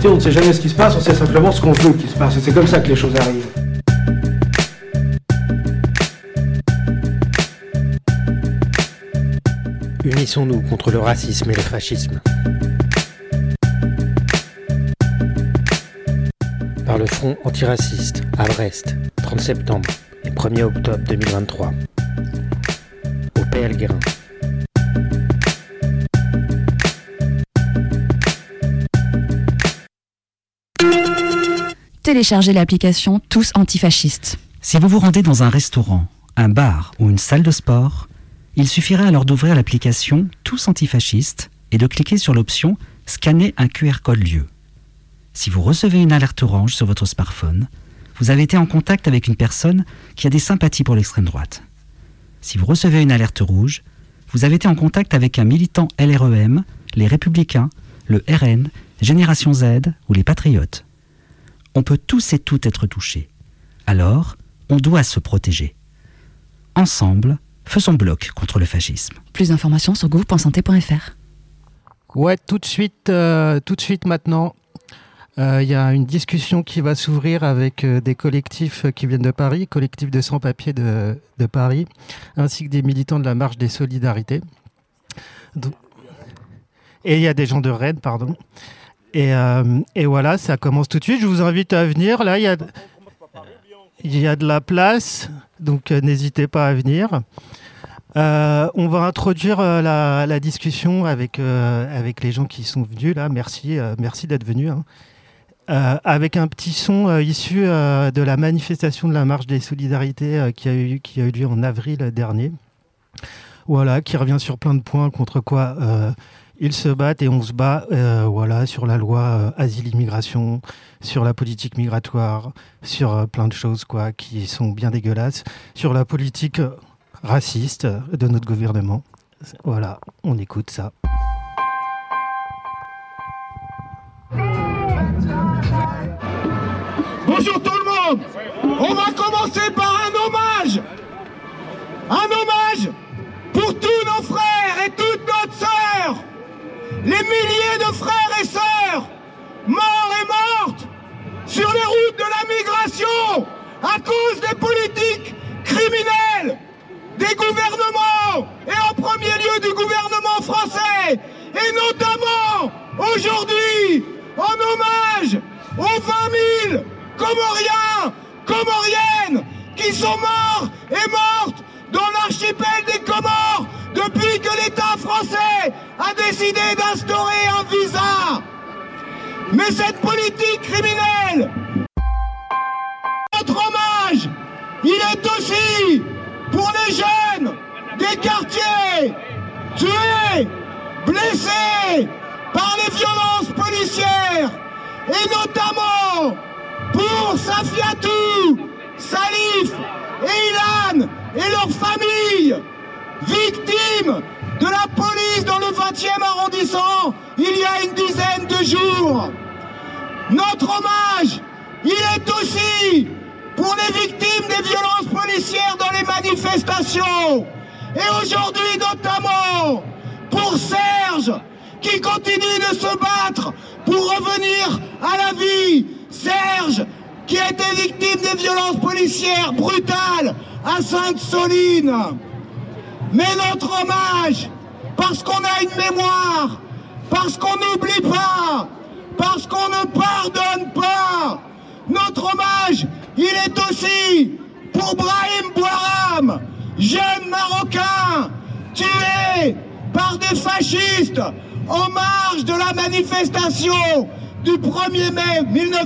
réalité, on ne sait jamais ce qui se passe, on sait simplement ce qu'on veut qu'il se passe. Et c'est comme ça que les choses arrivent. Unissons-nous contre le racisme et le fascisme. Par le Front antiraciste à Brest, 30 septembre et 1er octobre 2023. Au PL Guérin. Téléchargez l'application Tous Antifascistes. Si vous vous rendez dans un restaurant, un bar ou une salle de sport, il suffirait alors d'ouvrir l'application Tous Antifascistes et de cliquer sur l'option « Scanner un QR code lieu ». Si vous recevez une alerte orange sur votre smartphone, vous avez été en contact avec une personne qui a des sympathies pour l'extrême droite. Si vous recevez une alerte rouge, vous avez été en contact avec un militant LREM, les Républicains, le RN, Génération Z ou les Patriotes. On peut tous et toutes être touchés. Alors, on doit se protéger. Ensemble, faisons bloc contre le fascisme. Plus d'informations sur gouv.santé.fr. Ouais, tout de suite maintenant. Il y a une discussion qui va s'ouvrir avec des collectifs qui viennent de Paris, collectifs de sans-papiers de Paris, ainsi que des militants de la Marche des Solidarités. Et il y a des gens de Rennes, pardon. Et voilà, ça commence tout de suite. Je vous invite à venir. Là, il y a de la place, donc n'hésitez pas à venir. On va introduire la discussion avec les gens qui sont venus là. Merci d'être venus. Avec un petit son issu de la manifestation de la Marche des Solidarités qui a eu lieu en avril dernier. Voilà, qui revient sur plein de points contre quoi ils se battent et on se bat sur la loi asile-immigration, sur la politique migratoire, sur plein de choses qui sont bien dégueulasses, sur la politique raciste de notre gouvernement. Voilà, on écoute ça. Bonjour tout le monde. On va commencer par un hommage. Un hommage pour tous nos frères et toutes nos sœurs. Les milliers de frères et sœurs morts et mortes sur les routes de la migration à cause des politiques criminelles des gouvernements et en premier lieu du gouvernement français et notamment aujourd'hui en hommage aux 20 000 Comoriens, Comoriennes qui sont morts et mortes dans l'archipel des Comores depuis que l'État français a décidé d'instaurer un visa. Mais cette politique criminelle, notre hommage, il est aussi pour les jeunes des quartiers tués, blessés par les violences policières et notamment pour Safiatou, Salif et Ilan et leurs familles, victimes de la police dans le 20e arrondissement il y a une dizaine de jours. Notre hommage, il est aussi pour les victimes des violences policières dans les manifestations. Et aujourd'hui notamment pour Serge, qui continue de se battre pour revenir à la vie. Serge, qui a été victime des violences policières brutales à Sainte-Soline. Mais notre hommage, parce qu'on a une mémoire, parce qu'on n'oublie pas, parce qu'on ne pardonne pas, notre hommage, il est aussi pour Brahim Bouaram, jeune Marocain, tué par des fascistes en marge de la manifestation du 1er mai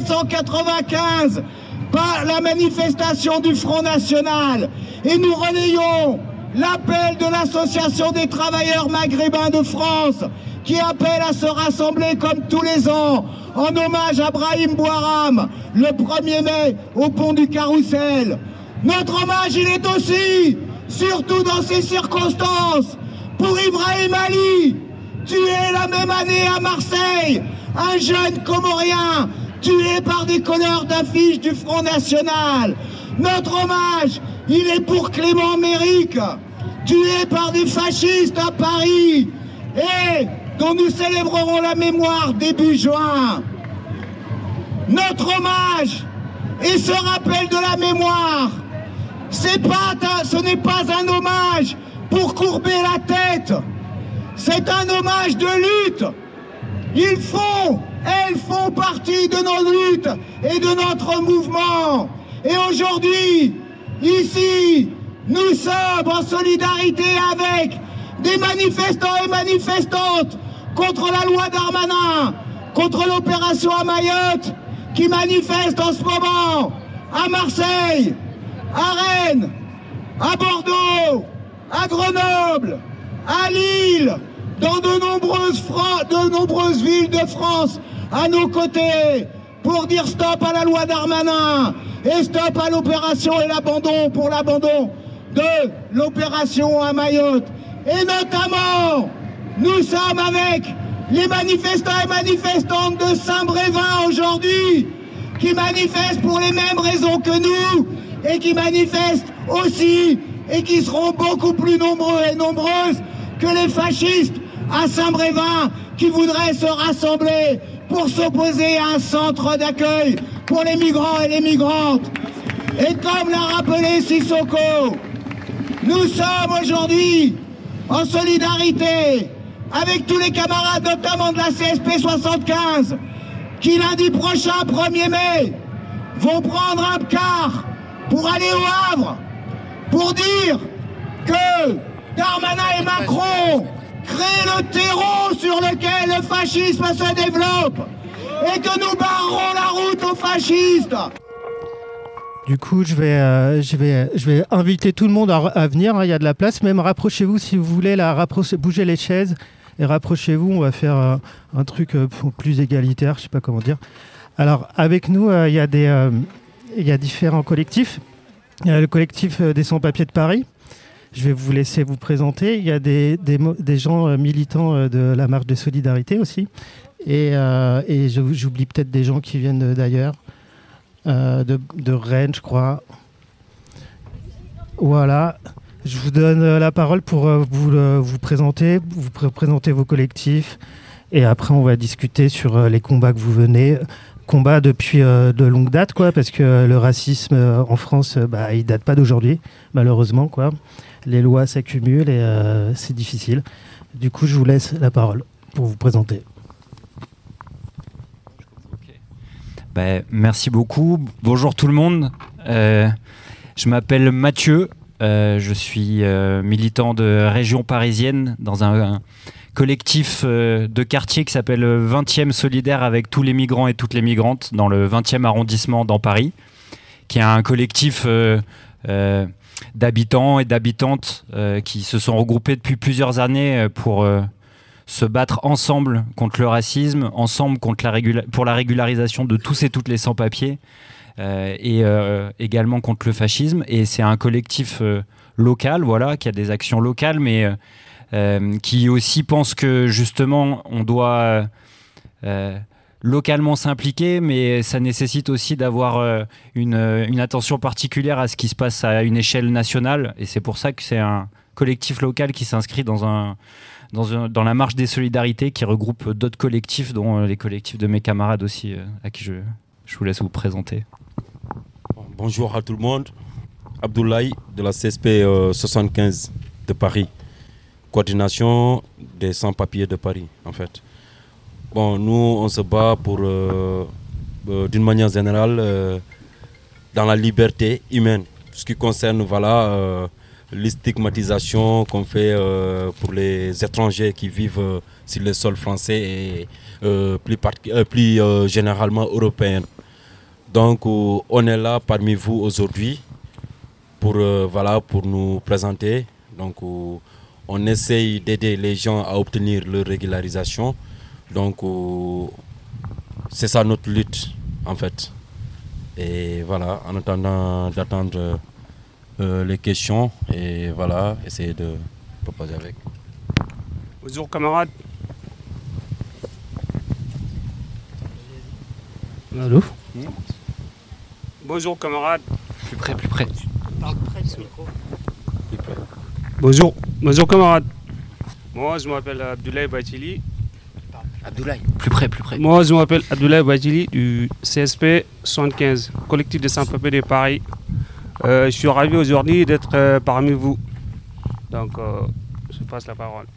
1995, par la manifestation du Front National. Et nous relayons l'appel de l'Association des travailleurs maghrébins de France, qui appelle à se rassembler comme tous les ans en hommage à Brahim Bouaram le 1er mai au pont du Carrousel. Notre hommage, il est aussi, surtout dans ces circonstances, pour Ibrahim Ali, tué la même année à Marseille, un jeune Comorien tué par des colleurs d'affiches du Front National. Notre hommage, il est pour Clément Méric, tué par des fascistes à Paris et dont nous célébrerons la mémoire début juin. notre hommage et ce rappel de la mémoire. Ce n'est pas un hommage pour courber la tête. C'est un hommage de lutte. Elles font partie de nos luttes et de notre mouvement. Et aujourd'hui, ici, nous sommes en solidarité avec des manifestants et manifestantes contre la loi Darmanin, contre l'opération à Mayotte, qui manifestent en ce moment à Marseille, à Rennes, à Bordeaux, à Grenoble, à Lille, dans de nombreuses villes de France à nos côtés, pour dire stop à la loi Darmanin et stop à l'opération et l'abandon de l'opération à Mayotte. Et notamment, nous sommes avec les manifestants et manifestantes de Saint-Brévin aujourd'hui, qui manifestent pour les mêmes raisons que nous, et qui manifestent aussi, et qui seront beaucoup plus nombreux et nombreuses que les fascistes à Saint-Brévin, qui voudraient se rassembler pour s'opposer à un centre d'accueil pour les migrants et les migrantes. Et comme l'a rappelé Sissoko, nous sommes aujourd'hui en solidarité avec tous les camarades, notamment de la CSP 75, qui lundi prochain, 1er mai, vont prendre un car pour aller au Havre, pour dire que Darmanin et Macron créent le terreau sur lequel le fascisme se développe et que nous barrerons la route aux fascistes. Du coup, je vais inviter tout le monde à venir. Il y a de la place. Même rapprochez-vous si vous voulez. Bougez les chaises et rapprochez-vous. On va faire un truc plus égalitaire. Je ne sais pas comment dire. Alors, avec nous, il y a différents collectifs. Il y a le collectif des sans-papiers de Paris. Je vais vous laisser vous présenter. Il y a des gens militants de la marche des solidarités aussi. Et j'oublie peut-être des gens qui viennent d'ailleurs. De Rennes, je crois. Voilà. Je vous donne la parole pour vous présenter vos collectifs. Et après, on va discuter sur les combats que vous venez. Combats depuis de longue date, quoi, parce que le racisme en France, il date pas d'aujourd'hui, malheureusement, quoi. Les lois s'accumulent et c'est difficile. Du coup, je vous laisse la parole pour vous présenter. Merci beaucoup. Bonjour tout le monde. Je m'appelle Mathieu. Je suis militant de région parisienne dans un collectif de quartier qui s'appelle 20e Solidaire avec tous les migrants et toutes les migrantes dans le 20e arrondissement dans Paris, qui est un collectif d'habitants et d'habitantes qui se sont regroupés depuis plusieurs années pour se battre ensemble contre le racisme, ensemble pour la régularisation de tous et toutes les sans-papiers et également contre le fascisme. Et c'est un collectif local, voilà, qui a des actions locales, mais qui aussi pense que justement on doit localement s'impliquer, mais ça nécessite aussi d'avoir une attention particulière à ce qui se passe à une échelle nationale. Et c'est pour ça que c'est un collectif local qui s'inscrit dans la marche des solidarités, qui regroupe d'autres collectifs, dont les collectifs de mes camarades aussi, à qui je vous laisse vous présenter. Bonjour à tout le monde. Abdoulaye de la CSP 75 de Paris. Coordination des sans-papiers de Paris, en fait. Bon, nous, on se bat pour, d'une manière générale, dans la liberté humaine. Ce qui concerne, voilà, les stigmatisations qu'on fait pour les étrangers qui vivent sur le sol français et plus généralement européen. Donc, on est là parmi vous aujourd'hui pour nous présenter. Donc, on essaye d'aider les gens à obtenir leur régularisation. Donc, c'est ça notre lutte, en fait. Et voilà, en attendant d'attendre les questions, et voilà, essayer de proposer avec. Bonjour camarades. Allô ? Bonjour camarades. Plus près. Parle près du micro. Bonjour camarades. Moi, je m'appelle Abdoulaye Bachili. Abdoulaye, plus près. Moi, je m'appelle Abdoulaye Badjili du CSP 75, collectif des sans-papiers de Paris. Je suis ravi aujourd'hui d'être parmi vous. Donc, je passe la parole.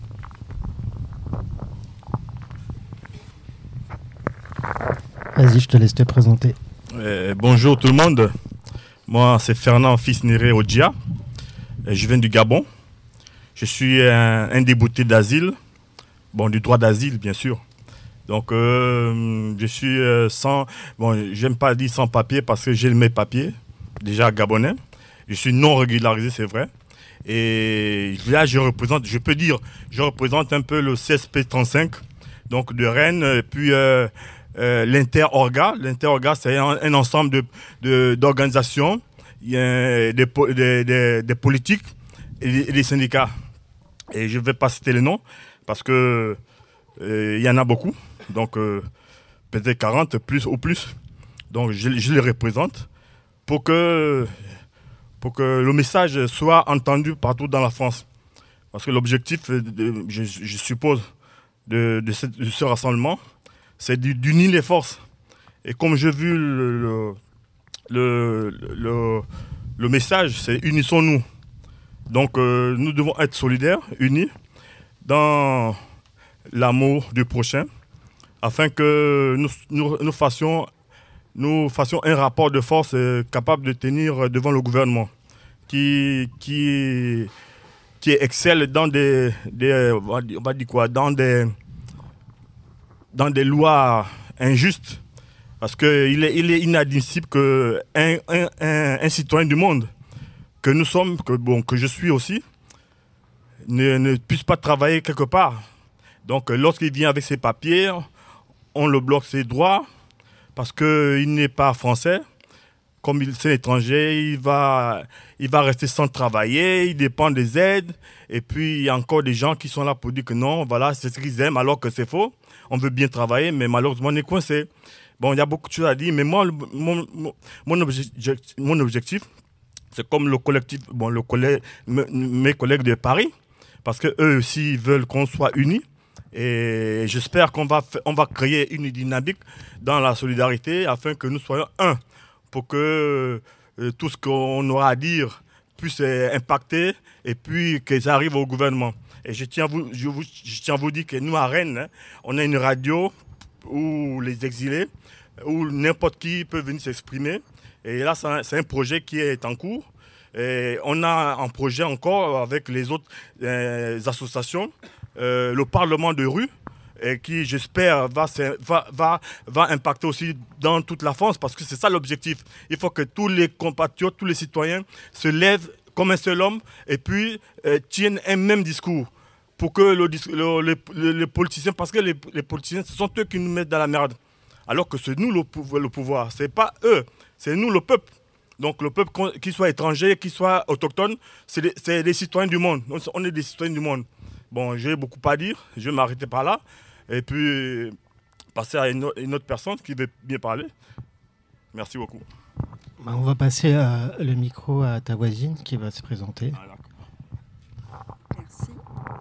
Vas-y, je te laisse te présenter. Bonjour tout le monde. Moi, c'est Fernand Fils Néré Odja. Je viens du Gabon. Je suis un débouté d'asile. Bon, du droit d'asile, bien sûr. Donc, je suis sans... Bon, j'aime pas dire sans papier parce que j'ai mes papiers, déjà gabonais. Je suis non régularisé, c'est vrai. Et là, je représente un peu le CSP 35, donc de Rennes, puis l'Inter-Orga. L'Inter-Orga, c'est un ensemble d'organisations, des politiques et des syndicats. Et je ne vais pas citer les noms parce que il y en a beaucoup, donc peut-être 40 ou plus. Donc je les représente pour que le message soit entendu partout dans la France. Parce que l'objectif, je suppose, de ce rassemblement, c'est d'unir les forces. Et comme j'ai vu le message, c'est unissons-nous. Donc nous devons être solidaires, unis, dans l'amour du prochain, afin que nous fassions un rapport de force capable de tenir devant le gouvernement, qui excelle dans des lois injustes, parce qu'il est inadmissible qu'un citoyen du monde que nous sommes, que je suis aussi, ne puisse pas travailler quelque part. Donc lorsqu'il vient avec ses papiers, on le bloque ses droits parce qu'il n'est pas français. Comme il est étranger, il va rester sans travailler, il dépend des aides. Et puis il y a encore des gens qui sont là pour dire que non, voilà, c'est ce qu'ils aiment alors que c'est faux. On veut bien travailler, mais malheureusement on est coincé. Bon, il y a beaucoup de choses à dire, mais moi, mon objectif, c'est comme le collectif, mes collègues de Paris, parce qu'eux aussi veulent qu'on soit unis. Et j'espère qu'on va créer une dynamique dans la solidarité afin que nous soyons un, pour que tout ce qu'on aura à dire puisse impacter et puis que ça arrive au gouvernement. Et je tiens à vous dire que nous à Rennes, on a une radio où les exilés, où n'importe qui peut venir s'exprimer. Et là, c'est un projet qui est en cours. Et on a un projet encore avec les autres associations, le Parlement de rue, et qui, j'espère, va impacter aussi dans toute la France, parce que c'est ça l'objectif. Il faut que tous les compatriotes, tous les citoyens se lèvent comme un seul homme et puis tiennent un même discours. Pour que les politiciens, parce que les politiciens, ce sont eux qui nous mettent dans la merde. Alors que c'est nous le pouvoir, c'est pas eux, c'est nous le peuple. Donc le peuple, qu'il soit étranger, qu'il soit autochtone, c'est des citoyens du monde. On est des citoyens du monde. Bon, j'ai beaucoup à dire, je vais m'arrêter par là. Et puis passer à une autre personne qui veut bien parler. Merci beaucoup. On va passer le micro à ta voisine qui va se présenter. Merci.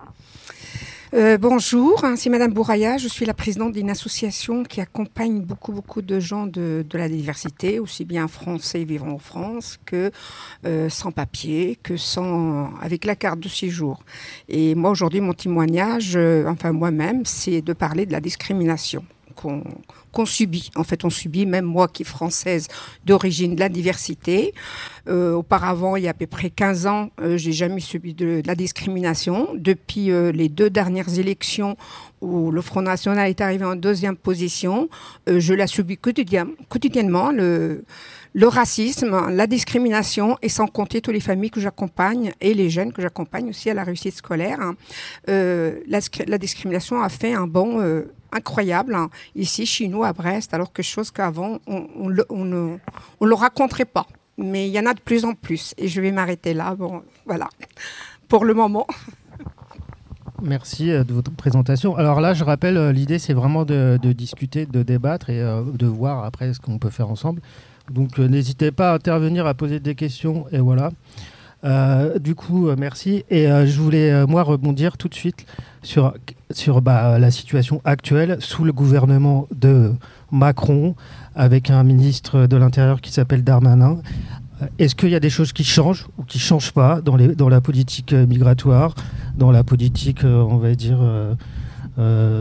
Bonjour, c'est Madame Bouraya. Je suis la présidente d'une association qui accompagne beaucoup de gens de la diversité, aussi bien français vivant en France que sans papier, que avec la carte de séjour. Et moi aujourd'hui, mon témoignage, moi-même, c'est de parler de la discrimination qu'on subit. En fait, on subit, même moi qui est française d'origine de la diversité. Auparavant, il y a à peu près 15 ans, j'ai jamais subi de la discrimination. Depuis les 2 dernières élections où le Front National est arrivé en 2e position, je la subis quotidiennement. Le racisme, la discrimination, et sans compter toutes les familles que j'accompagne et les jeunes que j'accompagne aussi à la réussite scolaire. La discrimination a fait un bond incroyable ici, chez nous, à Brest, alors que chose qu'avant, on le raconterait pas. Mais il y en a de plus en plus. Et je vais m'arrêter là. Bon, voilà, pour le moment. Merci de votre présentation. Alors là, je rappelle, l'idée, c'est vraiment de discuter, de débattre et de voir après ce qu'on peut faire ensemble. Donc n'hésitez pas à intervenir, à poser des questions, et voilà. Du coup, merci. Et je voulais, moi, rebondir tout de suite sur la situation actuelle sous le gouvernement de Macron, avec un ministre de l'Intérieur qui s'appelle Darmanin. Est-ce qu'il y a des choses qui changent ou qui ne changent pas dans la politique migratoire, dans la politique, on va dire, dans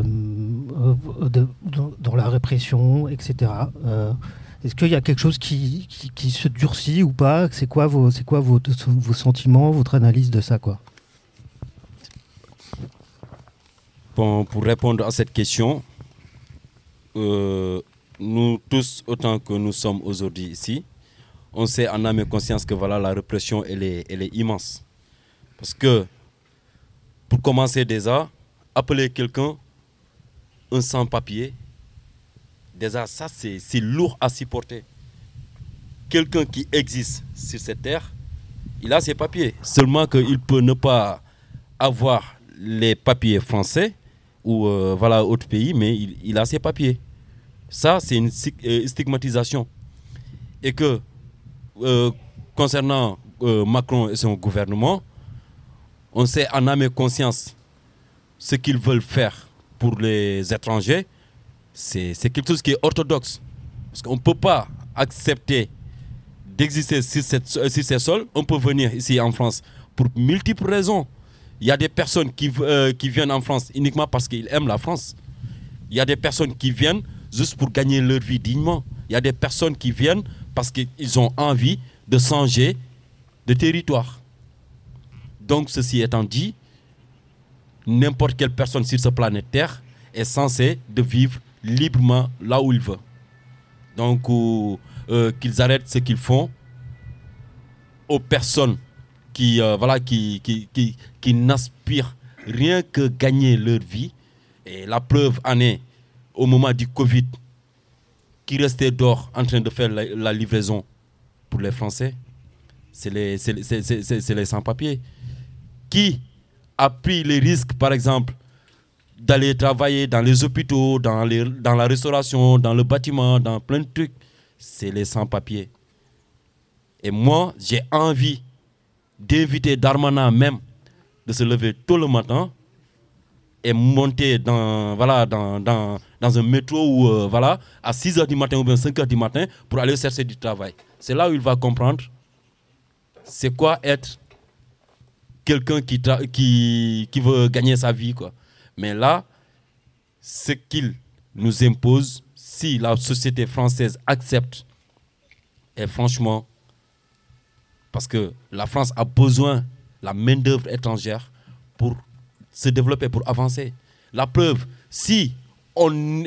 la répression, etc. Est-ce qu'il y a quelque chose qui se durcit ou pas ? C'est quoi vos sentiments, votre analyse de ça, quoi ? Bon, pour répondre à cette question, nous tous, autant que nous sommes aujourd'hui ici, on sait en âme et conscience que voilà, la répression, elle est immense. Parce que, pour commencer déjà, appeler quelqu'un un sans-papier, déjà ça c'est lourd à supporter. Quelqu'un qui existe sur cette terre, il a ses papiers. Seulement qu'il peut ne pas avoir les papiers français ou autre pays, mais il a ses papiers. Ça, c'est une stigmatisation. Et que, concernant Macron et son gouvernement, on sait en âme et conscience ce qu'ils veulent faire pour les étrangers. C'est quelque chose qui est orthodoxe. Parce qu'on ne peut pas accepter d'exister sur ces sols. On peut venir ici en France pour multiples raisons. Il y a des personnes qui viennent en France uniquement parce qu'ils aiment la France. Il y a des personnes qui viennent juste pour gagner leur vie dignement. Il y a des personnes qui viennent parce qu'ils ont envie de changer de territoire. Donc, ceci étant dit, n'importe quelle personne sur cette planète Terre est censée de vivre librement là où il veut. Donc, qu'ils arrêtent ce qu'ils font aux personnes qui n'aspirent rien que gagner leur vie. Et la preuve en est au moment du Covid, qui restait dehors en train de faire la livraison pour les Français, c'est les sans-papiers. Qui a pris les risques, par exemple, d'aller travailler dans les hôpitaux, dans la restauration, dans le bâtiment, dans plein de trucs, c'est les sans-papiers. Et moi, j'ai envie d'inviter Darmanin même de se lever tôt le matin et monter dans un métro ou à 6h du matin ou bien 5h du matin pour aller chercher du travail. C'est là où il va comprendre c'est quoi être quelqu'un qui veut gagner sa vie, quoi. Mais là, ce qu'il nous impose, si la société française accepte, et franchement, parce que la France a besoin de la main-d'œuvre étrangère pour se développer, pour avancer. La preuve, si on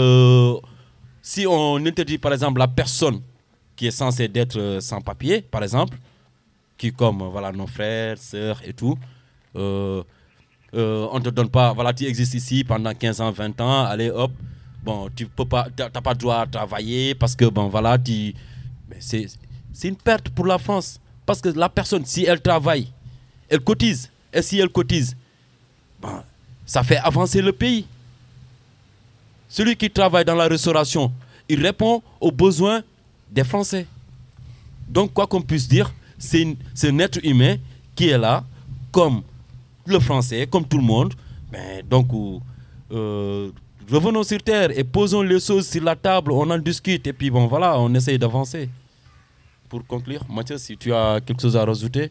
interdit par exemple la personne qui est censée être sans papier, par exemple, qui comme nos frères, sœurs et tout, on ne te donne pas, tu existes ici pendant 15 ans, 20 ans, allez hop, bon, tu peux pas, t'as pas droit à travailler parce que c'est une perte pour la France. Parce que la personne, si elle travaille, elle cotise. Et si elle cotise, ça fait avancer le pays. Celui qui travaille dans la restauration, il répond aux besoins des Français. Donc, quoi qu'on puisse dire, c'est un être humain qui est là, comme le Français, comme tout le monde. Donc, revenons sur terre et posons les choses sur la table, on en discute et puis on essaye d'avancer. Pour conclure, Mathieu, si tu as quelque chose à rajouter.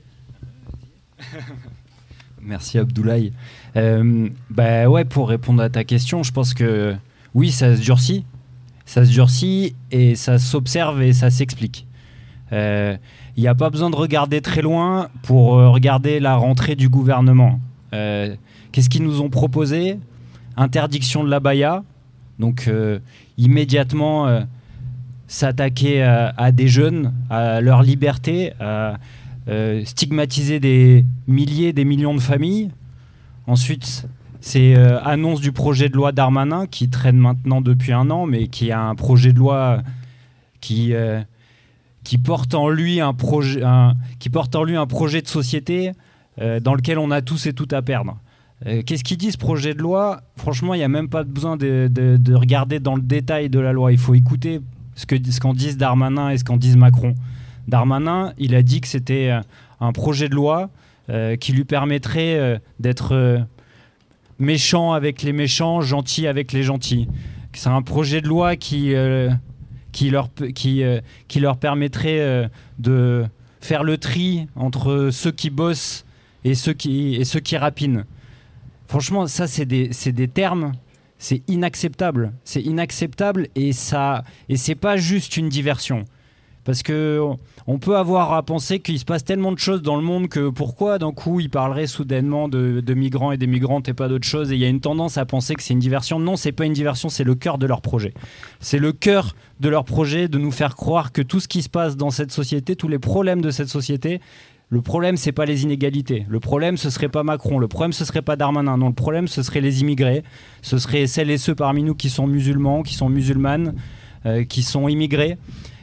Merci Abdoulaye. Pour répondre à ta question, je pense que oui, ça se durcit. Ça se durcit et ça s'observe et ça s'explique. Il n'y a pas besoin de regarder très loin pour regarder la rentrée du gouvernement. Qu'est-ce qu'ils nous ont proposé ? Interdiction de l'abaya. Donc immédiatement s'attaquer à des jeunes, à leur liberté, à stigmatiser des milliers, des millions de familles. Ensuite, c'est annonce du projet de loi Darmanin qui traîne maintenant depuis 1 an, mais qui a un projet de loi qui porte en lui un projet de société dans lequel on a tous et toutes à perdre. Qu'est-ce qu'il dit ce projet de loi ? Franchement, il n'y a même pas besoin de regarder dans le détail de la loi. Il faut écouter ce qu'en disent Darmanin et ce qu'en disent Macron. Darmanin, il a dit que c'était un projet de loi qui lui permettrait d'être méchant avec les méchants, gentil avec les gentils. C'est un projet de loi qui leur permettrait de faire le tri entre ceux qui bossent et ceux qui rapinent. Franchement, ça, c'est des termes, c'est inacceptable. C'est inacceptable et c'est pas juste une diversion. Parce qu'on peut avoir à penser qu'il se passe tellement de choses dans le monde que pourquoi d'un coup ils parleraient soudainement de migrants et des migrantes et pas d'autre chose, et il y a une tendance à penser que c'est une diversion. Non, c'est pas une diversion, c'est le cœur de leur projet. C'est le cœur de leur projet de nous faire croire que tout ce qui se passe dans cette société, tous les problèmes de cette société, le problème c'est pas les inégalités, le problème ce serait pas Macron, le problème ce serait pas Darmanin, non, le problème ce serait les immigrés, ce serait celles et ceux parmi nous qui sont musulmans, qui sont musulmanes, qui sont immigrés.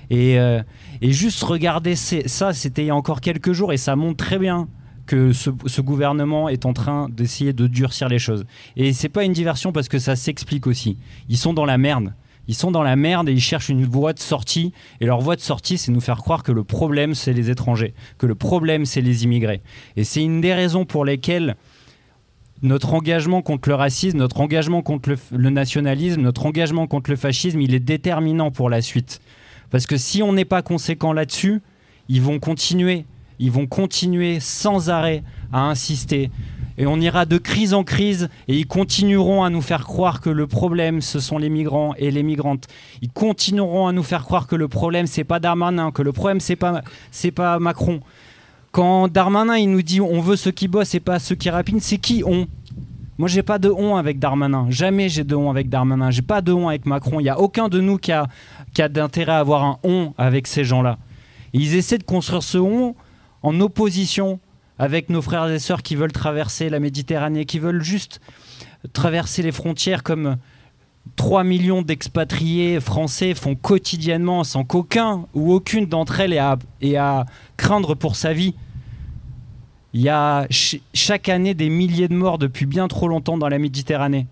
Et juste regarder ça, c'était il y a encore quelques jours, et ça montre très bien que ce gouvernement est en train d'essayer de durcir les choses. Et c'est pas une diversion parce que ça s'explique aussi. Ils sont dans la merde. Ils sont dans la merde et ils cherchent une voie de sortie. Et leur voie de sortie, c'est nous faire croire que le problème, c'est les étrangers, que le problème, c'est les immigrés. Et c'est une des raisons pour lesquelles notre engagement contre le racisme, notre engagement contre le nationalisme, notre engagement contre le fascisme, il est déterminant pour la suite. Parce que si on n'est pas conséquent là-dessus, ils vont continuer sans arrêt à insister. Et on ira de crise en crise et ils continueront à nous faire croire que le problème, ce sont les migrants et les migrantes. Ils continueront à nous faire croire que le problème, c'est pas Darmanin, que le problème, c'est pas Macron. Quand Darmanin, il nous dit on veut ceux qui bossent et pas ceux qui rapinent, c'est qui on ? Moi, j'ai pas de on avec Darmanin. Jamais j'ai de on avec Darmanin. J'ai pas de on avec Macron. Il n'y a aucun de nous qui a d'intérêt à avoir un on avec ces gens-là. Et ils essaient de construire ce on en opposition avec nos frères et sœurs qui veulent traverser la Méditerranée, qui veulent juste traverser les frontières comme 3 millions d'expatriés français font quotidiennement sans qu'aucun ou aucune d'entre elles ait à craindre pour sa vie. Il y a chaque année des milliers de morts depuis bien trop longtemps dans la Méditerranée.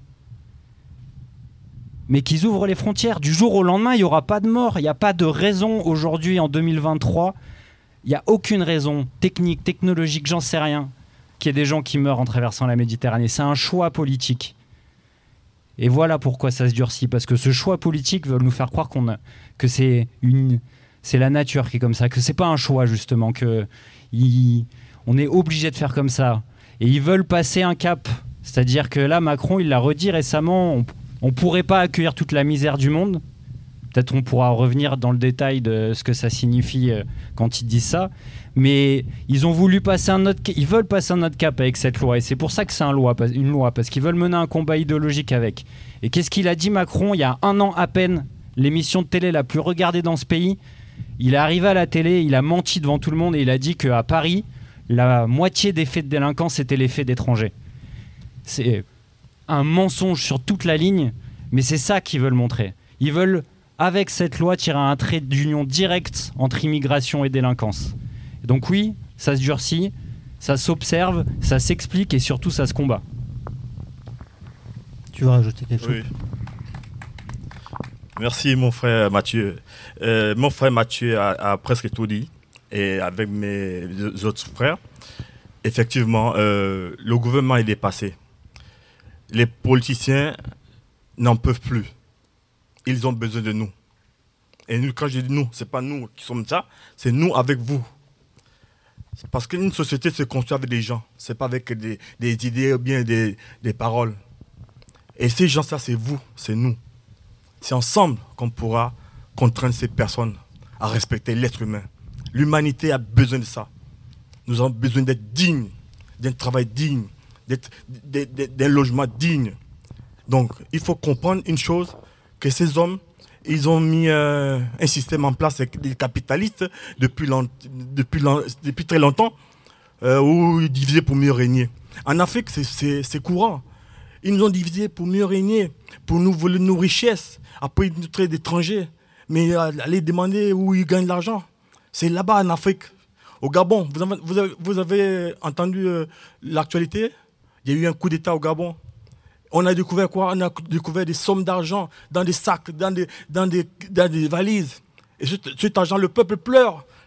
Mais qu'ils ouvrent les frontières. Du jour au lendemain, il n'y aura pas de morts. Il n'y a pas de raison aujourd'hui, en 2023. Il n'y a aucune raison technique, technologique, j'en sais rien, qu'il y ait des gens qui meurent en traversant la Méditerranée. C'est un choix politique. Et voilà pourquoi ça se durcit. Parce que ce choix politique veut nous faire croire que c'est la nature qui est comme ça. Que ce n'est pas un choix, justement. On est obligé de faire comme ça. Et ils veulent passer un cap. C'est-à-dire que là, Macron, il l'a redit récemment, on ne pourrait pas accueillir toute la misère du monde. Peut-être on pourra revenir dans le détail de ce que ça signifie quand ils disent ça. Mais ils ont voulu passer ils veulent passer un autre cap avec cette loi. Et c'est pour ça que c'est une loi, parce qu'ils veulent mener un combat idéologique avec. Et qu'est-ce qu'il a dit, Macron, il y a 1 an à peine, l'émission de télé la plus regardée dans ce pays. Il est arrivé à la télé, il a menti devant tout le monde et il a dit qu'à Paris, la moitié des faits de délinquance c'était les faits d'étrangers. C'est un mensonge sur toute la ligne, mais c'est ça qu'ils veulent montrer. Ils veulent, avec cette loi, tirer un trait d'union direct entre immigration et délinquance. Donc oui, ça se durcit, ça s'observe, ça s'explique et surtout ça se combat. Tu veux rajouter quelque chose ? Oui. Merci mon frère Mathieu. Mon frère Mathieu a presque tout dit. Et avec mes autres frères, effectivement, le gouvernement est dépassé. Les politiciens n'en peuvent plus. Ils ont besoin de nous. Et nous, quand je dis nous, ce n'est pas nous qui sommes ça, c'est nous avec vous. Parce qu'une société se construit avec des gens, ce n'est pas avec des idées ou bien des paroles. Et ces gens, ça, c'est vous, c'est nous. C'est ensemble qu'on pourra contraindre ces personnes à respecter l'être humain. L'humanité a besoin de ça. Nous avons besoin d'être dignes, d'un travail digne, d'un logement digne. Donc, il faut comprendre une chose, que ces hommes, ils ont mis un système en place avec des capitalistes depuis très longtemps, où ils divisaient pour mieux régner. En Afrique, c'est courant. Ils nous ont divisés pour mieux régner, pour nous voler nos richesses, après ils nous traitent d'étrangers. Mais aller demander où ils gagnent l'argent. C'est là-bas en Afrique. Au Gabon, vous avez entendu l'actualité ? Il y a eu un coup d'État au Gabon. On a découvert quoi ? On a découvert des sommes d'argent dans des sacs, dans des valises. Et cet argent, le peuple pleure.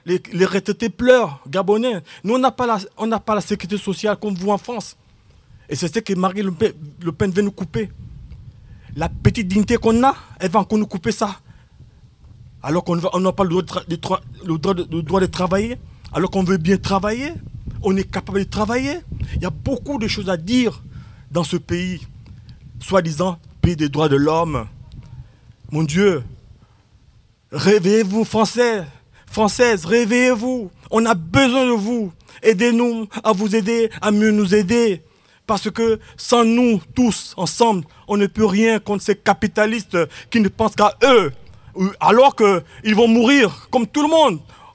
Les retraités pleurent, Gabonais. Nous, on n'a pas la sécurité sociale comme vous en France. Et c'est ce que Marine Le Pen veut nous couper. La petite dignité qu'on a, elle va encore nous couper ça. Alors qu'on n'a pas le droit de travailler, alors qu'on veut bien travailler, on est capable de travailler. Il y a beaucoup de choses à dire dans ce pays, soi-disant pays des droits de l'homme. Mon Dieu, réveillez-vous Français, Françaises, réveillez-vous. On a besoin de vous. Aidez-nous à vous aider, à mieux nous aider. Parce que sans nous tous ensemble, on ne peut rien contre ces capitalistes qui ne pensent qu'à eux. Alors qu'ils vont mourir, comme tout le monde.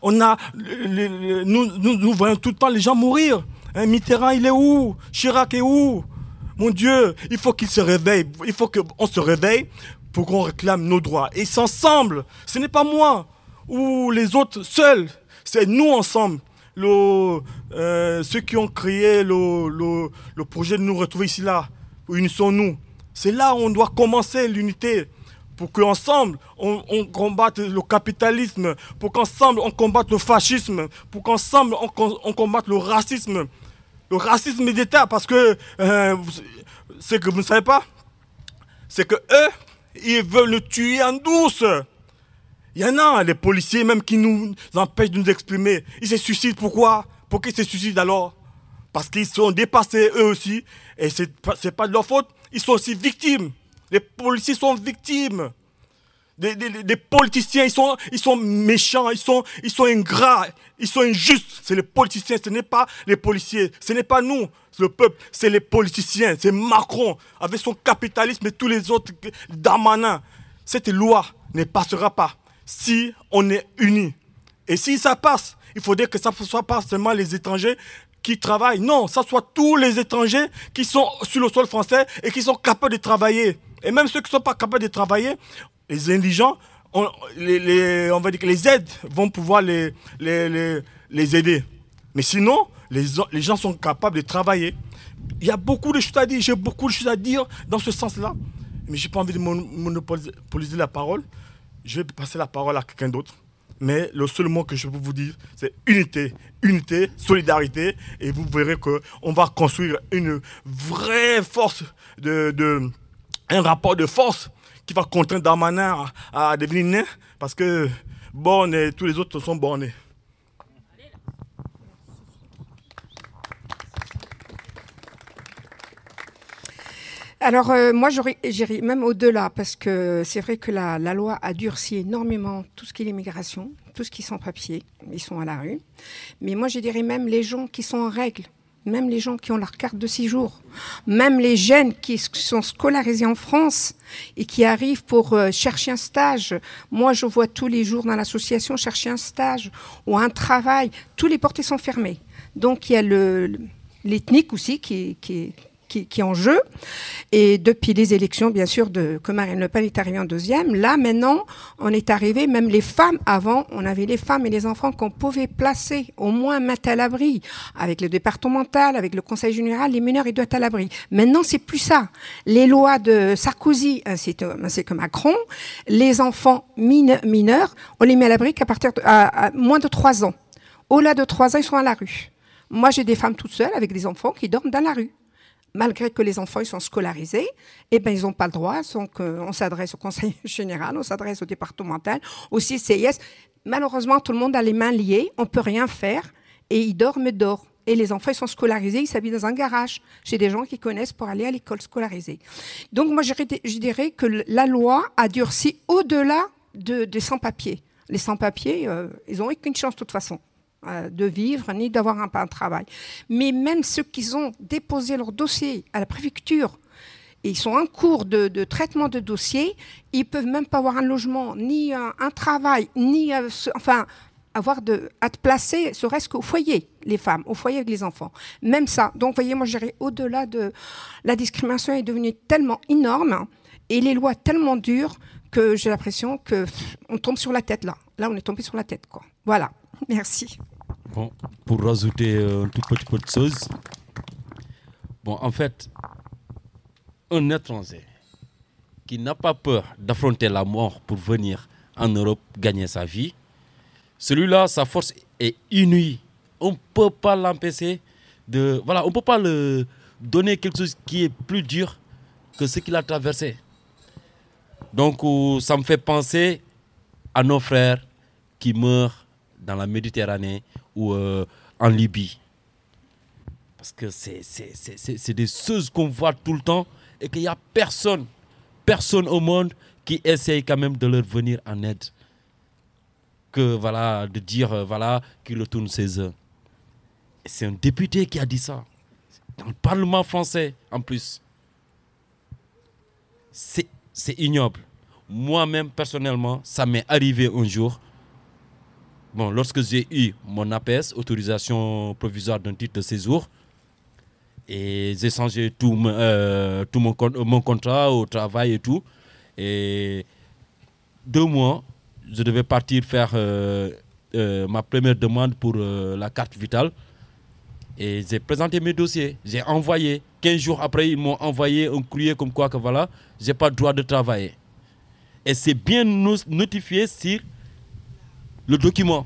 Nous voyons tout le temps les gens mourir. Mitterrand, il est où? Chirac est où? Mon Dieu, il faut qu'ils se réveillent. Il faut qu'on se réveille pour qu'on réclame nos droits. Et c'est ensemble. Ce n'est pas moi ou les autres seuls. C'est nous ensemble. Ceux qui ont créé le projet de nous retrouver ici, là. Unissons-nous. C'est là où on doit commencer l'unité. Pour qu'ensemble, on combatte le capitalisme, pour qu'ensemble, on combatte le fascisme, pour qu'ensemble, on combatte le racisme. Le racisme d'État, parce que ce que vous ne savez pas, c'est que eux, ils veulent nous tuer en douce. Il y en a, les policiers même, qui nous empêchent de nous exprimer. Ils se suicident, pourquoi? Pourquoi ils se suicident alors? Parce qu'ils sont dépassés eux aussi, et c'est pas de leur faute, ils sont aussi victimes. Les policiers sont victimes. Des politiciens, ils sont méchants, ils sont ingrats, ils sont injustes. C'est les politiciens, ce n'est pas les policiers, ce n'est pas nous, c'est le peuple, c'est les politiciens, c'est Macron avec son capitalisme et tous les autres Darmanin. Cette loi ne passera pas si on est unis. Et si ça passe, il faudrait que ça ne soit pas seulement les étrangers qui travaillent. Non, ça soit tous les étrangers qui sont sur le sol français et qui sont capables de travailler. Et même ceux qui ne sont pas capables de travailler, les indigents, on va dire que les aides vont pouvoir les aider. Mais sinon, les gens sont capables de travailler. Il y a beaucoup de choses à dire, j'ai beaucoup de choses à dire dans ce sens-là. Mais je n'ai pas envie de monopoliser la parole. Je vais passer la parole à quelqu'un d'autre. Mais le seul mot que je peux vous dire, c'est unité, unité, solidarité. Et vous verrez qu'on va construire une vraie force, un rapport de force qui va contraindre Darmanin à devenir nain. Parce que borne et tous les autres sont bornés. Alors, moi, j'irai même au-delà, parce que c'est vrai que la loi a durci énormément tout ce qui est l'immigration, tout ce qui est sans-papiers, ils sont à la rue. Mais moi, je dirais même les gens qui sont en règle, même les gens qui ont leur carte de séjour, même les jeunes qui sont scolarisés en France et qui arrivent pour chercher un stage. Moi, je vois tous les jours dans l'association chercher un stage ou un travail. Tous les portes sont fermées. Donc, il y a l'ethnique aussi qui est en jeu. Et depuis les élections, bien sûr, que Marine Le Pen est arrivée en deuxième, là, maintenant, on est arrivé, même les femmes, avant, on avait les femmes et les enfants qu'on pouvait placer, au moins mettre à l'abri. Avec le départemental, avec le conseil général, les mineurs, ils doivent être à l'abri. Maintenant, c'est plus ça. Les lois de Sarkozy, ainsi que Macron, les enfants mineurs, on les met à l'abri qu'à partir à moins de 3 ans. Au-delà de 3 ans, ils sont à la rue. Moi, j'ai des femmes toutes seules avec des enfants qui dorment dans la rue. Malgré que les enfants ils sont scolarisés, ils n'ont pas le droit. Donc, on s'adresse au conseil général, on s'adresse au départemental, au CCIS. Malheureusement, tout le monde a les mains liées, on ne peut rien faire, et ils dorment dehors. Et les enfants ils sont scolarisés, ils s'habillent dans un garage, chez des gens qui connaissent pour aller à l'école scolarisée. Donc, moi, je dirais que la loi a durci au-delà des sans-papiers. Les sans-papiers, ils n'ont aucune chance de toute façon de vivre ni d'avoir un travail. Mais même ceux qui ont déposé leur dossier à la préfecture et ils sont en cours de traitement de dossier, ils ne peuvent même pas avoir un logement, ni un travail, ni avoir à te placer, serait-ce qu'au foyer, les femmes, au foyer avec les enfants. Même ça. Donc, vous voyez, moi, je dirais au-delà de la discrimination est devenue tellement énorme et les lois tellement dures que j'ai l'impression qu'on tombe sur la tête, là. Là, on est tombé sur la tête, quoi. Voilà. Merci. Bon, pour rajouter une toute petite chose, bon, en fait, un étranger qui n'a pas peur d'affronter la mort pour venir en Europe gagner sa vie, Celui-là, sa force est inouïe. On ne peut pas l'empêcher de... Voilà, on ne peut pas le donner quelque chose qui est plus dur que ce qu'il a traversé. Donc, ça me fait penser à nos frères qui meurent dans la Méditerranée ou en Libye. Parce que c'est des choses qu'on voit tout le temps et qu'il n'y a personne au monde qui essaye quand même de leur venir en aide. Que voilà, de dire voilà, qu'il retourne ses œuvres. Et c'est un député qui a dit ça. Dans le Parlement français, en plus. C'est ignoble. Moi-même, personnellement, ça m'est arrivé un jour. Bon, lorsque j'ai eu mon APS, autorisation provisoire d'un titre de séjour, et j'ai changé tout mon contrat au travail et tout. Et 2 mois, je devais partir faire ma première demande pour la carte vitale. Et j'ai présenté mes dossiers. J'ai envoyé. 15 jours après, ils m'ont envoyé un courrier comme quoi que voilà, je n'ai pas le droit de travailler. Et c'est bien notifié sur le document.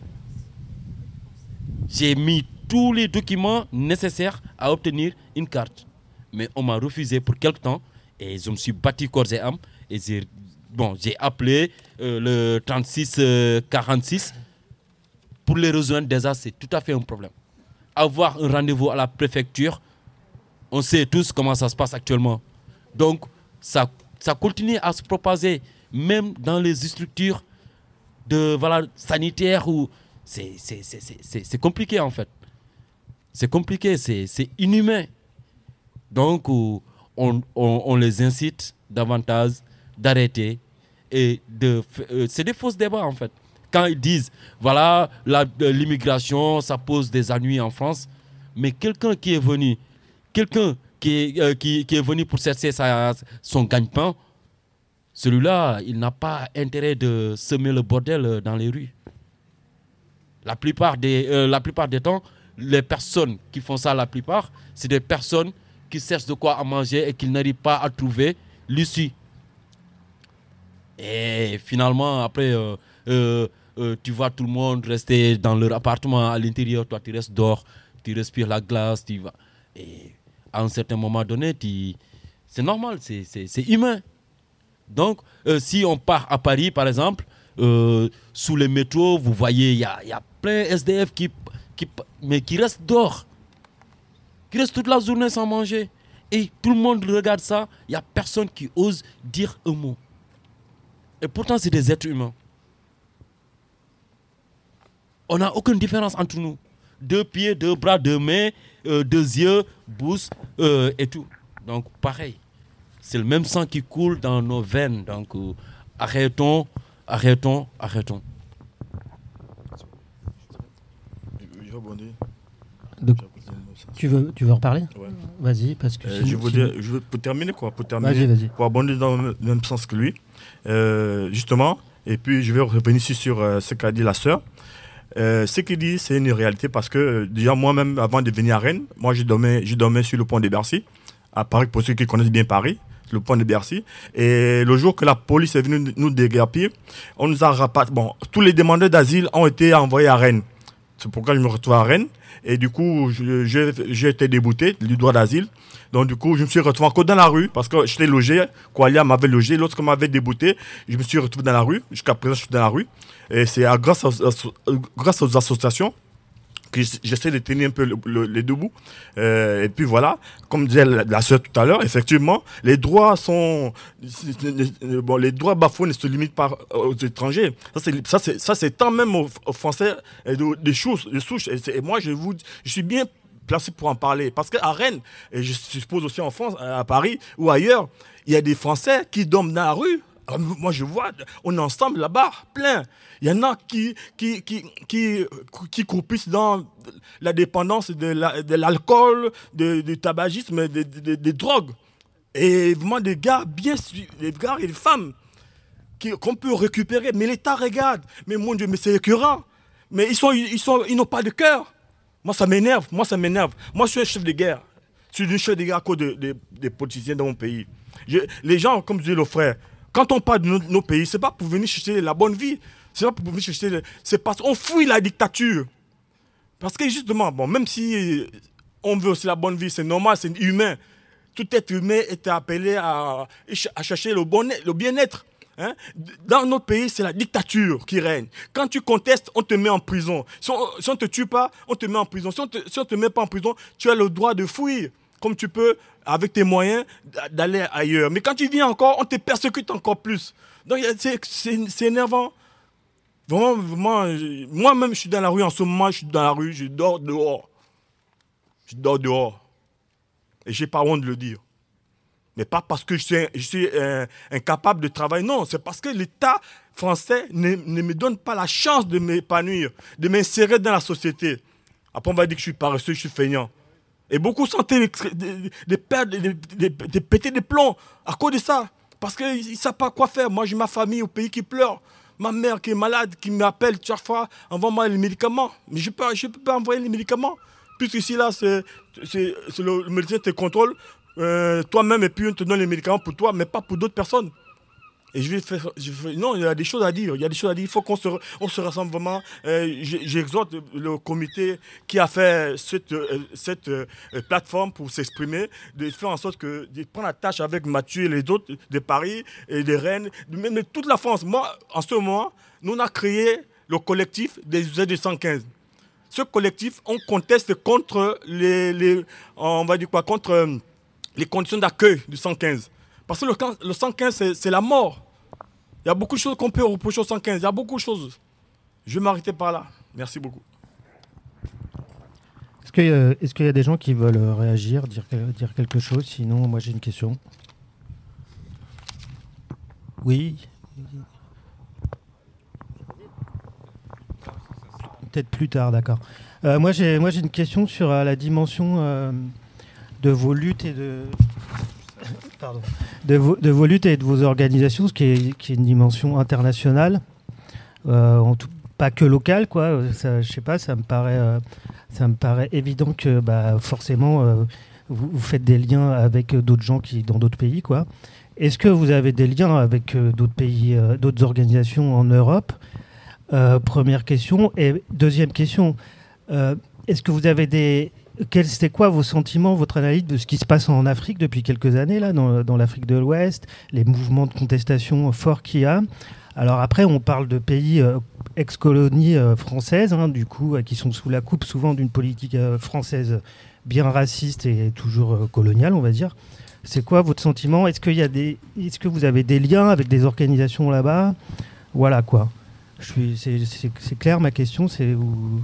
J'ai mis tous les documents nécessaires à obtenir une carte. Mais on m'a refusé pour quelque temps. Et je me suis battu corps et âme. Et j'ai appelé le 3646 pour les rejoindre. Déjà, c'est tout à fait un problème. Avoir un rendez-vous à la préfecture, on sait tous comment ça se passe actuellement. Donc, ça continue à se propager, même dans les structures sanitaires où c'est compliqué en fait. C'est compliqué, c'est inhumain. Donc, on les incite davantage d'arrêter et c'est des fausses débats en fait. Quand ils disent, voilà, l'immigration, ça pose des ennuis en France, mais quelqu'un qui est venu pour chercher son gagne-pain, celui-là, il n'a pas intérêt de semer le bordel dans les rues. La plupart des temps, les personnes qui font ça, c'est des personnes qui cherchent de quoi à manger et qui n'arrivent pas à trouver l'issue. Et finalement, après... tu vois tout le monde rester dans leur appartement à l'intérieur, toi tu restes dehors, tu respires la glace, tu vas. Et à un certain moment donné, c'est normal, c'est humain. Donc, si on part à Paris, par exemple, sous les métros, vous voyez, il y a plein SDF qui restent dehors, qui restent toute la journée sans manger. Et tout le monde regarde ça, il n'y a personne qui ose dire un mot. Et pourtant, c'est des êtres humains. On n'a aucune différence entre nous. 2 pieds, 2 bras, 2 mains, 2 yeux, bouche et tout. Donc, pareil. C'est le même sang qui coule dans nos veines. Donc, arrêtons. Donc, tu veux en reparler? Ouais. Vas-y, parce que... je veux pour terminer, vas-y. Pour abonder dans le même sens que lui. Justement, et puis je vais revenir ici sur ce qu'a dit la sœur. Ce qu'il dit, c'est une réalité parce que déjà moi-même, avant de venir à Rennes, moi je dormais sur le pont de Bercy, à Paris, pour ceux qui connaissent bien Paris, le pont de Bercy. Et le jour que la police est venue nous déguerpir, on nous a rapatrié. Bon, tous les demandeurs d'asile ont été envoyés à Rennes. C'est pourquoi je me retrouve à Rennes. Et du coup, j'ai été débouté du droit d'asile. Donc du coup, je me suis retrouvé encore dans la rue parce que j'étais logé, Qualia m'avait logé. Lorsqu'on m'avait débouté, je me suis retrouvé dans la rue. Jusqu'à présent, je suis dans la rue. Et c'est grâce aux associations que j'essaie de tenir un peu les deux bouts. Et puis voilà, comme disait la sœur tout à l'heure, effectivement, les droits les droits bafoués ne se limitent pas aux étrangers. Ça c'est tant même aux Français des souches. Et moi, je suis bien placé pour en parler. Parce qu'à Rennes, et je suppose aussi en France, à Paris ou ailleurs, il y a des Français qui dorment dans la rue. Moi, je vois, on est ensemble là-bas, plein. Il y en a qui croupissent dans la dépendance de l'alcool, du tabagisme, des drogues. Et vraiment des gars des gars et des femmes qu'on peut récupérer. Mais l'État regarde. Mais mon Dieu, mais c'est écœurant. Mais ils n'ont pas de cœur. Moi, ça m'énerve. Moi, je suis un chef de guerre. Je suis un chef de guerre à cause des politiciens dans mon pays. Les gens, comme disait le frère, quand on parle de nos pays, ce n'est pas pour venir chercher la bonne vie. C'est pas pour chercher. C'est parce qu'on fuit la dictature. Parce que justement, bon, même si on veut aussi la bonne vie, c'est normal, c'est humain. Tout être humain est appelé à chercher le bien-être. Hein? Dans notre pays, c'est la dictature qui règne. Quand tu contestes, on te met en prison. Si on ne te tue pas, on te met en prison. Si on ne te met pas en prison, tu as le droit de fuir, comme tu peux, avec tes moyens, d'aller ailleurs. Mais quand tu viens encore, on te persécute encore plus. Donc c'est énervant. Vraiment, moi-même, je suis dans la rue en ce moment, je suis dans la rue, je dors dehors. Je dors dehors. Et je n'ai pas honte de le dire. Mais pas parce que je suis incapable de travailler, non, c'est parce que l'État français ne me donne pas la chance de m'épanouir, de m'insérer dans la société. Après, on va dire que je suis paresseux, je suis feignant. Et beaucoup sentaient des péter des plombs à cause de ça. Parce qu'ils ne savent pas quoi faire. Moi, j'ai ma famille au pays qui pleure. Ma mère qui est malade, qui m'appelle chaque fois, envoie-moi les médicaments. Mais je ne peux pas envoyer les médicaments. Puisqu'ici, là, le médecin te contrôle. Toi-même, et puis on te donne les médicaments pour toi, mais pas pour d'autres personnes. Et non, il y a des choses à dire. Il faut qu'on se rassemble vraiment. J'exhorte le comité qui a fait cette plateforme pour s'exprimer, de faire en sorte de prendre la tâche avec Mathieu et les autres de Paris et des Rennes, même de toute la France. Moi, en ce moment, nous on a créé le collectif des usagers de 115. Ce collectif, on conteste contre contre les conditions d'accueil du 115. Parce que le 115, c'est la mort. Il y a beaucoup de choses qu'on peut reprocher au 115. Il y a beaucoup de choses. Je vais m'arrêter par là. Merci beaucoup. Est-ce qu'il y a des gens qui veulent réagir, dire quelque chose? Sinon, moi, j'ai une question. Oui. Peut-être plus tard, d'accord. Moi, j'ai une question sur la dimension de vos luttes et de vos luttes et de vos organisations, ce qui est une dimension internationale, pas que locale, quoi. Ça, je sais pas, ça me paraît évident que forcément vous faites des liens avec d'autres gens dans d'autres pays, quoi. Est-ce que vous avez des liens avec d'autres pays, d'autres organisations en Europe? Première question. Et deuxième question, est-ce que vous avez c'était quoi vos sentiments, votre analyse de ce qui se passe en Afrique depuis quelques années, là, dans l'Afrique de l'Ouest, les mouvements de contestation forts qu'il y a? Alors après, on parle de pays ex-colonies françaises, du coup, qui sont sous la coupe souvent d'une politique française bien raciste et toujours coloniale, on va dire. C'est quoi votre sentiment? Est-ce que vous avez des liens avec des organisations là-bas? Voilà, quoi. C'est clair, ma question, c'est où...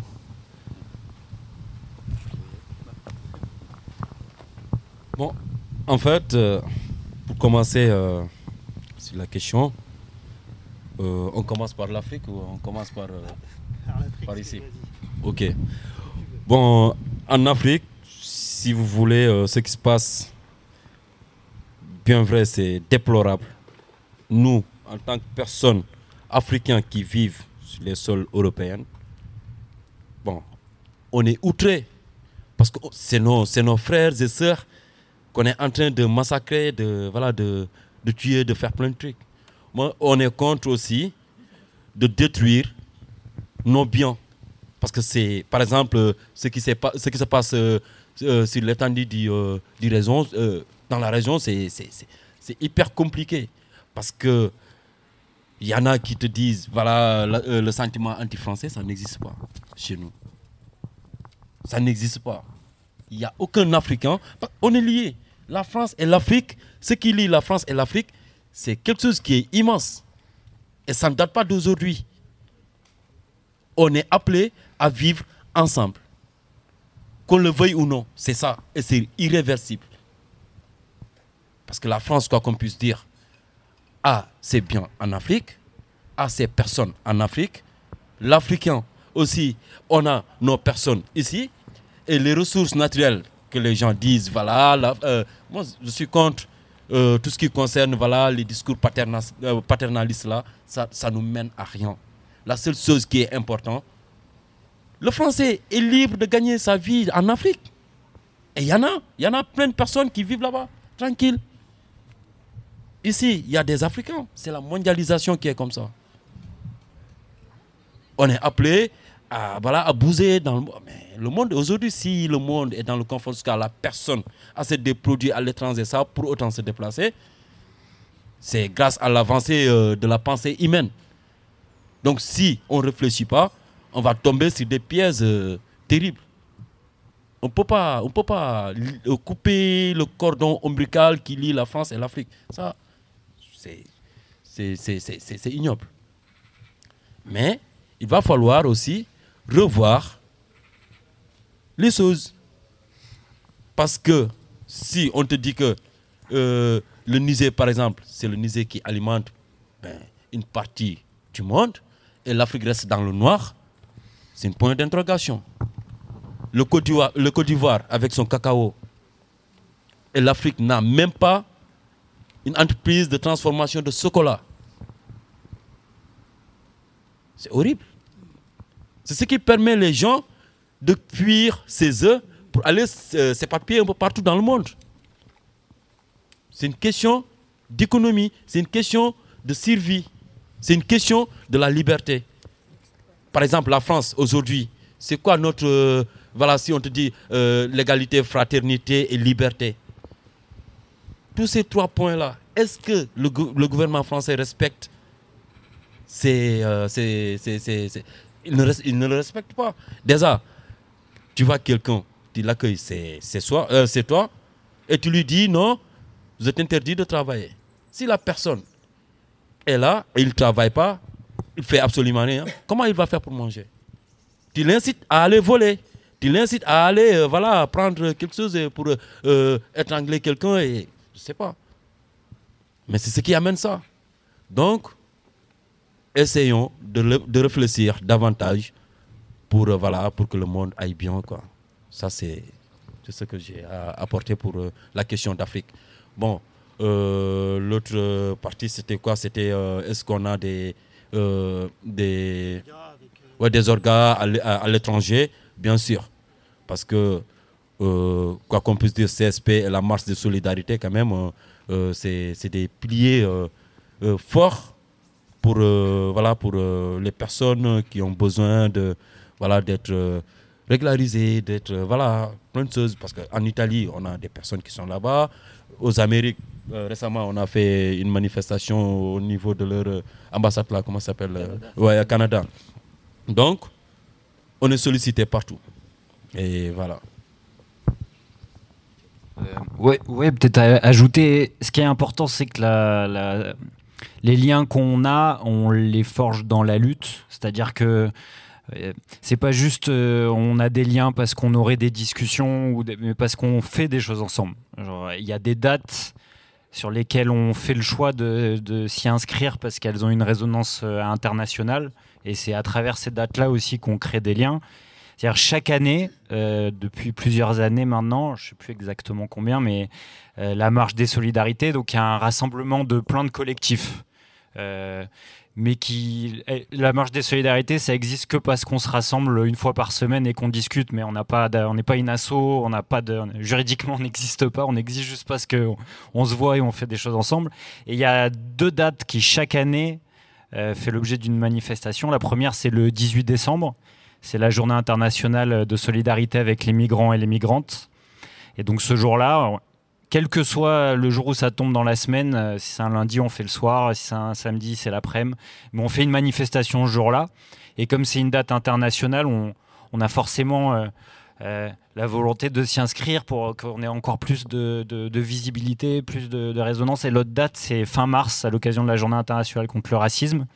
Bon, en fait, pour commencer sur la question, on commence par l'Afrique ou on commence par ici? Ok. Bon, en Afrique, si vous voulez, ce qui se passe, bien vrai, c'est déplorable. Nous, en tant que personnes africaines qui vivent sur les sols européens, bon, on est outrés parce que c'est nos frères et sœurs qu'on est en train de massacrer, de tuer, de faire plein de trucs. Moi, on est contre aussi de détruire nos biens. Parce que c'est, par exemple, ce qui se passe sur l'étendue du région, dans la région, c'est hyper compliqué. Parce que il y en a qui te disent, voilà, le sentiment anti-français, ça n'existe pas chez nous. Ça n'existe pas. Il n'y a aucun Africain. On est liés. La France et l'Afrique, ce qui lie la France et l'Afrique, c'est quelque chose qui est immense. Et ça ne date pas d'aujourd'hui. On est appelé à vivre ensemble. Qu'on le veuille ou non, c'est ça. Et c'est irréversible. Parce que la France, quoi qu'on puisse dire, a ses biens en Afrique, a ses personnes en Afrique. L'Africain aussi, on a nos personnes ici. Et les ressources naturelles que les gens disent, voilà, moi je suis contre tout ce qui concerne, voilà, les discours paternalistes là, ça nous mène à rien. La seule chose qui est importante, le Français est libre de gagner sa vie en Afrique. Et il y en a plein de personnes qui vivent là-bas, tranquilles. Ici, il y a des Africains, c'est la mondialisation qui est comme ça. on est appelé à bouger dans le monde. Mais le monde, aujourd'hui, si le monde est dans le confort jusqu'à la personne achète des produits à l'étranger, ça pour autant se déplacer, c'est grâce à l'avancée de la pensée humaine. Donc si on ne réfléchit pas, on va tomber sur des pièges terribles. On ne peut pas couper le cordon ombilical qui lie la France et l'Afrique. Ça, c'est ignoble. Mais il va falloir aussi revoir les choses. Parce que si on te dit que le Niger, par exemple, c'est le Niger qui alimente une partie du monde et l'Afrique reste dans le noir, c'est un point d'interrogation. Le Côte d'Ivoire avec son cacao et l'Afrique n'a même pas une entreprise de transformation de chocolat. C'est horrible. C'est ce qui permet les gens de fuir ces œufs pour aller s'éparpiller un peu partout dans le monde. C'est une question d'économie, c'est une question de survie, c'est une question de la liberté. Par exemple, la France, aujourd'hui, c'est quoi notre... voilà, si on te dit l'égalité, fraternité et liberté. Tous ces 3 points-là, est-ce que le gouvernement français respecte il ne le respecte pas. Déjà, tu vois quelqu'un, tu l'accueilles, c'est toi, et tu lui dis non, vous êtes interdit de travailler. Si la personne est là et il ne travaille pas, il ne fait absolument rien, comment il va faire pour manger? Tu l'incites à aller voler, tu l'incites à aller prendre quelque chose pour étrangler quelqu'un, et je ne sais pas. Mais c'est ce qui amène ça. Donc, essayons de réfléchir davantage pour que le monde aille bien, quoi. Ça, c'est ce que j'ai à apporter pour la question d'Afrique. Bon, l'autre partie, c'était quoi? C'était est-ce qu'on a des organes à l'étranger? Bien sûr. Parce que, quoi qu'on puisse dire, CSP et la marche de solidarité, quand même, c'est des piliers forts pour les personnes qui ont besoin d'être régularisées, d'être plein de choses. Parce qu'en Italie, on a des personnes qui sont là-bas. Aux Amériques, récemment, on a fait une manifestation au niveau de leur ambassade là, comment ça s'appelle? À Canada. Donc, on est sollicité partout. Et voilà. Ouais, peut-être ajouter, ce qui est important, c'est que les liens qu'on a, on les forge dans la lutte. C'est-à-dire que c'est pas juste on a des liens parce qu'on aurait des discussions, mais parce qu'on fait des choses ensemble. Il y a des dates sur lesquelles on fait le choix de s'y inscrire parce qu'elles ont une résonance internationale. Et c'est à travers ces dates-là aussi qu'on crée des liens. C'est-à-dire chaque année, depuis plusieurs années maintenant, je ne sais plus exactement combien, mais la marche des solidarités, donc il y a un rassemblement de plein de collectifs. Mais la marche des solidarités, ça existe que parce qu'on se rassemble une fois par semaine et qu'on discute, mais on n'est pas une asso, juridiquement on n'existe pas, on existe juste parce qu'on se voit et on fait des choses ensemble. Et il y a 2 dates qui chaque année fait l'objet d'une manifestation. La première, c'est le 18 décembre. C'est la journée internationale de solidarité avec les migrants et les migrantes. Et donc ce jour-là, quel que soit le jour où ça tombe dans la semaine, si c'est un lundi, on fait le soir, si c'est un samedi, c'est l'après-midi. Mais on fait une manifestation ce jour-là. Et comme c'est une date internationale, on a forcément la volonté de s'y inscrire pour qu'on ait encore plus de visibilité, plus de résonance. Et l'autre date, c'est fin mars, à l'occasion de la journée internationale contre le racisme.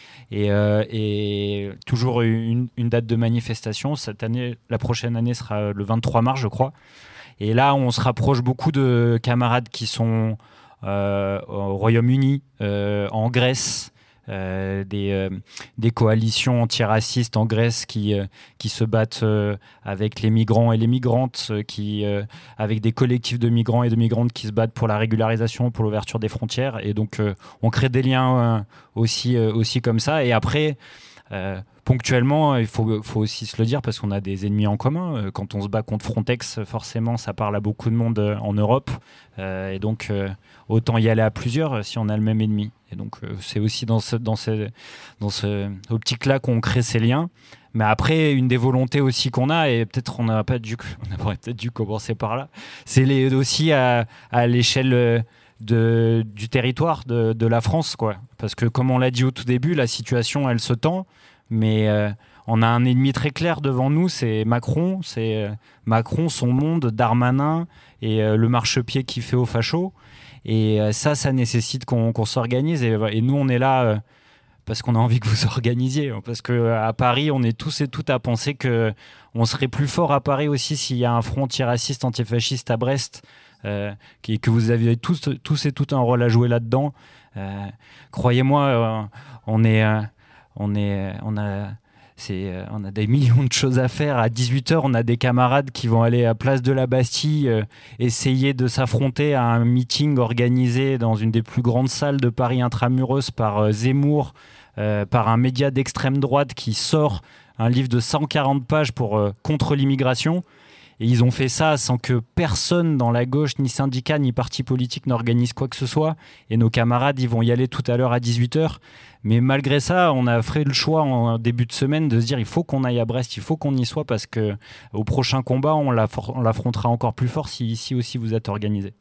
Et toujours une date de manifestation. Cette année, la prochaine année sera le 23 mars, je crois. Et là, on se rapproche beaucoup de camarades qui sont au Royaume-Uni, en Grèce, des coalitions antiracistes en Grèce qui se battent avec les migrants et les migrantes, avec des collectifs de migrants et de migrantes qui se battent pour la régularisation, pour l'ouverture des frontières. Et donc, on crée des liens aussi comme ça. Et après, Ponctuellement, il faut aussi se le dire parce qu'on a des ennemis en commun. Quand on se bat contre Frontex, forcément, ça parle à beaucoup de monde en Europe. Et donc, autant y aller à plusieurs si on a le même ennemi. Et donc, c'est aussi dans ce optique-là qu'on crée ces liens. Mais après, une des volontés aussi qu'on a, et peut-être on aurait peut-être dû commencer par là, c'est aussi à l'échelle du territoire de la France, quoi. Parce que comme on l'a dit au tout début, la situation, elle se tend, mais on a un ennemi très clair devant nous, c'est Macron, son monde, Darmanin et le marchepied qu'il fait aux fachos. Et ça nécessite qu'on s'organise. Et nous, on est là parce qu'on a envie que vous vous organisiez. Parce qu'à Paris, on est tous et toutes à penser qu'on serait plus fort à Paris aussi s'il y a un front antiraciste, antifasciste à Brest, que vous aviez tous et toutes un rôle à jouer là-dedans. Croyez-moi, on a des millions de choses à faire. À 18h, on a des camarades qui vont aller à Place de la Bastille essayer de s'affronter à un meeting organisé dans une des plus grandes salles de Paris intramuros par Zemmour, par un média d'extrême droite qui sort un livre de 140 pages contre l'immigration. Et ils ont fait ça sans que personne dans la gauche, ni syndicat, ni parti politique n'organise quoi que ce soit. Et nos camarades, ils vont y aller tout à l'heure à 18h. Mais malgré ça, on a fait le choix en début de semaine de se dire il faut qu'on aille à Brest, il faut qu'on y soit parce qu'au prochain combat, on l'affrontera encore plus fort si ici aussi vous êtes organisés.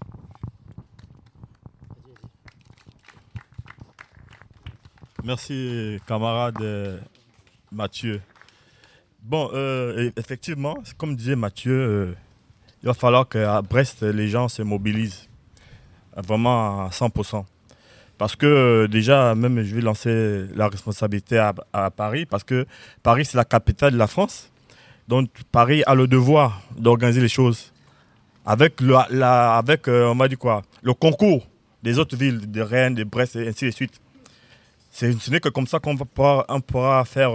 Merci, camarade Mathieu. Bon, effectivement, comme disait Mathieu, il va falloir qu'à Brest, les gens se mobilisent vraiment à 100%. Parce que déjà, même je vais lancer la responsabilité à Paris, parce que Paris, c'est la capitale de la France. Donc Paris a le devoir d'organiser les choses avec, on va dire quoi, le concours des autres villes, de Rennes, de Brest, et ainsi de suite. Ce n'est que comme ça qu'on pourra faire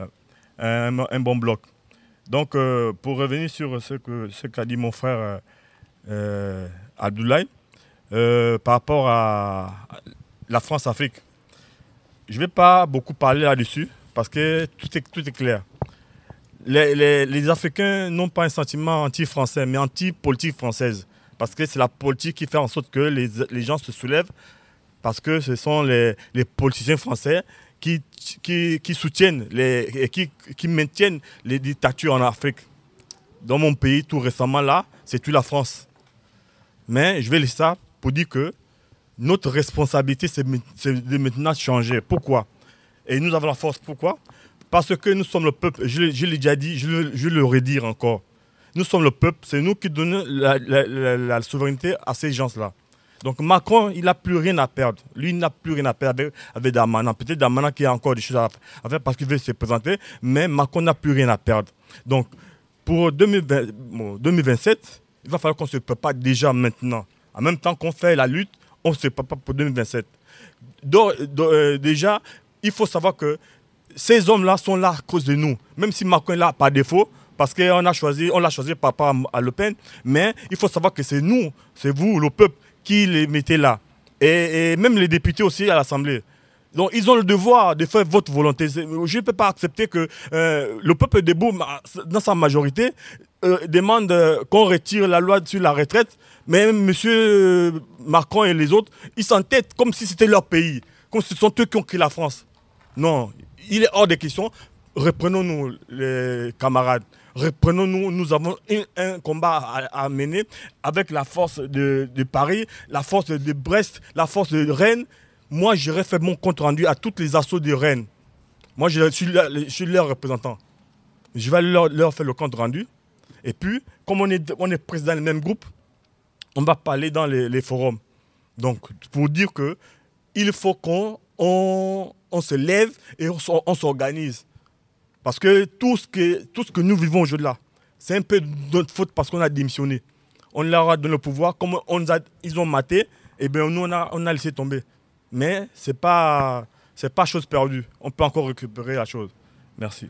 un bon bloc. Donc, pour revenir sur ce qu'a dit mon frère Abdoulaye, par rapport à la France-Afrique, je ne vais pas beaucoup parler là-dessus parce que tout est clair. Les Africains n'ont pas un sentiment anti-français, mais anti-politique française. Parce que c'est la politique qui fait en sorte que les gens se soulèvent, parce que ce sont les politiciens français qui soutiennent et qui maintiennent les dictatures en Afrique. Dans mon pays, tout récemment, là, c'est toute la France. Mais je vais laisser ça pour dire que notre responsabilité, c'est de maintenant changer. Pourquoi? Et nous avons la force. Pourquoi? Parce que nous sommes le peuple. Je l'ai déjà dit, je le redire encore. Nous sommes le peuple, c'est nous qui donnons la souveraineté à ces gens-là. Donc Macron, il n'a plus rien à perdre. Lui, il n'a plus rien à perdre avec Darmanin. Peut-être Darmanin qui a encore des choses à faire parce qu'il veut se présenter, mais Macron n'a plus rien à perdre. Donc pour 2027, il va falloir qu'on se prépare déjà maintenant. En même temps qu'on fait la lutte, on se prépare pour 2027. Donc, déjà, il faut savoir que ces hommes-là sont là à cause de nous. Même si Macron est là par défaut, parce qu'on l'a choisi par rapport à Le Pen, mais il faut savoir que c'est nous, c'est vous, le peuple, qui les mettez là. Et même les députés aussi à l'Assemblée. Donc ils ont le devoir de faire votre volonté. Je ne peux pas accepter que le peuple debout, dans sa majorité, demande qu'on retire la loi sur la retraite, mais M. Macron et les autres, ils s'entêtent comme si c'était leur pays, comme si ce sont eux qui ont créé la France. Non, il est hors de question. Reprenons-nous, les camarades. Reprenons-nous, nous avons un combat à mener avec la force de Paris, la force de Brest, la force de Rennes. Moi, j'aurais fait mon compte rendu à toutes les assauts de Rennes. Moi, je suis leur représentant. Je vais leur faire le compte rendu. Et puis, comme on est presque dans le même groupe, on va parler dans les forums. Donc, pour dire qu'il faut qu'on se lève et on s'organise. Parce que tout ce que nous vivons aujourd'hui là, c'est un peu notre faute parce qu'on a démissionné. On leur a donné le pouvoir, comme ils ont maté, et bien nous on a laissé tomber. Mais c'est pas chose perdue. On peut encore récupérer la chose. Merci.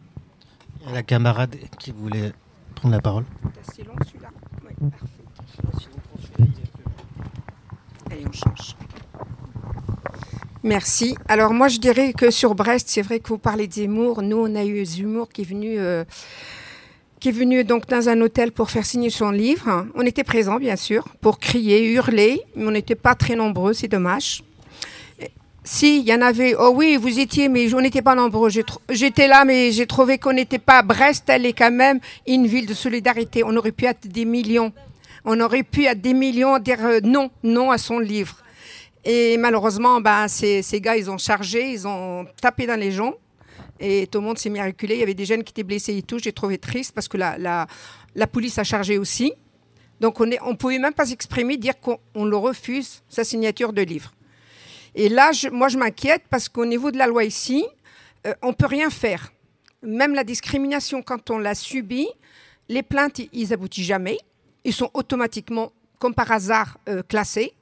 La camarade qui voulait prendre la parole. C'est long celui-là. Oui, parfait. Allez, on change. Merci. Alors moi je dirais que sur Brest, c'est vrai que vous parlez de Zemmour. Nous on a eu Zemmour qui est venu donc dans un hôtel pour faire signer son livre. On était présents bien sûr pour crier, hurler, mais on n'était pas très nombreux, c'est dommage. Si, il y en avait. Oh oui, vous étiez, mais on n'était pas nombreux. J'étais là, mais j'ai trouvé qu'on n'était pas. Brest, elle est quand même une ville de solidarité. On aurait pu être des millions. On aurait pu être des millions dire non à son livre. Et malheureusement, ces gars, ils ont chargé, ils ont tapé dans les gens. Et tout le monde s'est mis à reculer. Il y avait des jeunes qui étaient blessés et tout. J'ai trouvé triste parce que la police a chargé aussi. Donc on ne pouvait même pas s'exprimer, dire qu'on le refuse, sa signature de livre. Et là, moi, je m'inquiète parce qu'au niveau de la loi ici, on ne peut rien faire. Même la discrimination, quand on l'a subie, les plaintes, ils n'aboutissent jamais. Ils sont automatiquement, comme par hasard, classés.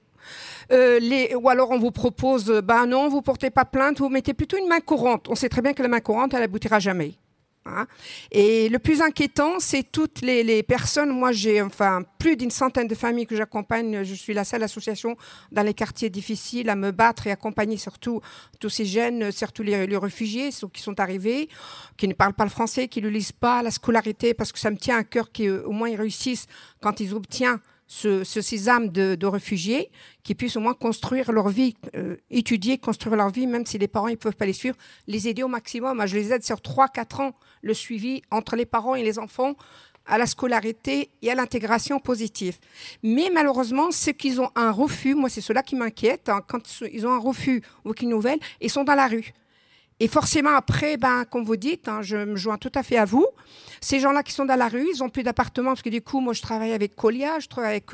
Ou alors on vous propose, non, vous ne portez pas plainte, vous mettez plutôt une main courante. On sait très bien que la main courante, elle n'aboutira jamais. Hein. Et le plus inquiétant, c'est toutes les personnes. Moi, j'ai plus d'une centaine de familles que j'accompagne. Je suis la seule association dans les quartiers difficiles à me battre et accompagner surtout tous ces jeunes, surtout les réfugiés, ceux qui sont arrivés, qui ne parlent pas le français, qui ne lisent pas la scolarité, parce que ça me tient à cœur qu'au moins ils réussissent quand ils obtiennent ce sésame de réfugiés, qui puissent au moins construire leur vie, étudier, construire leur vie, même si les parents ne peuvent pas les suivre, les aider au maximum. Moi, je les aide sur 3-4 ans, le suivi entre les parents et les enfants, à la scolarité et à l'intégration positive. Mais malheureusement, ceux qui ont un refus, moi c'est cela qui m'inquiète, hein, quand ils ont un refus ou aucune nouvelle, ils sont dans la rue. Et forcément, après, comme vous dites, hein, je me joins tout à fait à vous, ces gens-là qui sont dans la rue, ils n'ont plus d'appartement, parce que du coup, moi, je travaille avec Colia, je travaille avec,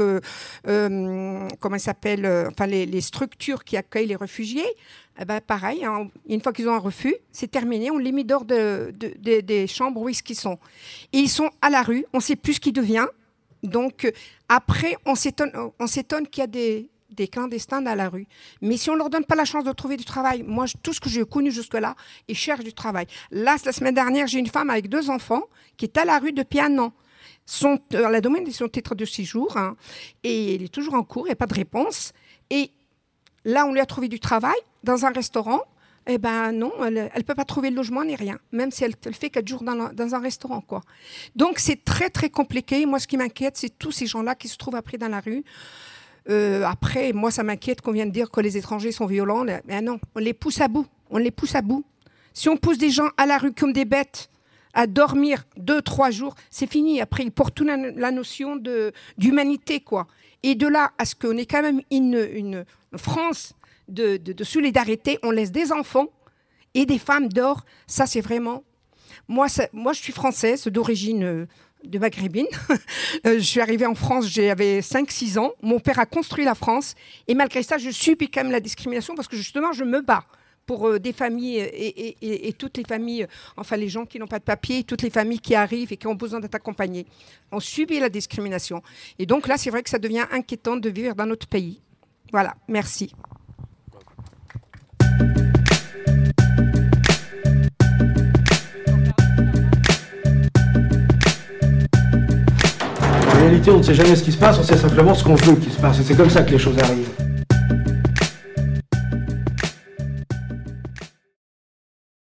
comment ça s'appelle, les structures qui accueillent les réfugiés. Pareil, hein, une fois qu'ils ont un refus, c'est terminé, on les met dehors des chambres où ils sont. Et ils sont à la rue, on ne sait plus ce qui devient. Donc, après, on s'étonne qu'il y a des clandestins dans la rue. Mais si on ne leur donne pas la chance de trouver du travail, moi, tout ce que j'ai connu jusque-là, ils cherchent du travail. Là, la semaine dernière, j'ai une femme avec 2 enfants qui est à la rue depuis 1 an. Elle a demandé son titre de séjour, hein, et il est toujours en cours, il n'y a pas de réponse. Et là, on lui a trouvé du travail dans un restaurant. Eh bien non, elle ne peut pas trouver le logement ni rien, même si elle fait 4 jours dans un restaurant, quoi. Donc, c'est très, très compliqué. Moi, ce qui m'inquiète, c'est tous ces gens-là qui se trouvent après dans la rue. Après, moi, ça m'inquiète qu'on vienne dire que les étrangers sont violents. Mais non, on les pousse à bout. On les pousse à bout. Si on pousse des gens à la rue comme des bêtes, à dormir 2-3 jours, c'est fini. Après, ils portent toute la notion d'humanité, quoi. Et de là à ce qu'on ait quand même une France de solidarité, on laisse des enfants et des femmes dehors. Ça, c'est vraiment... Moi, je suis française d'origine... de maghrébine. Je suis arrivée en France, j'avais 5-6 ans. Mon père a construit la France. Et malgré ça, je subis quand même la discrimination parce que justement, je me bats pour des familles et toutes les familles, enfin les gens qui n'ont pas de papier, toutes les familles qui arrivent et qui ont besoin d'être accompagnées. On subit la discrimination. Et donc là, c'est vrai que ça devient inquiétant de vivre dans notre pays. Voilà, merci. En réalité, on ne sait jamais ce qui se passe, on sait simplement ce qu'on veut qu'il se passe. Et c'est comme ça que les choses arrivent.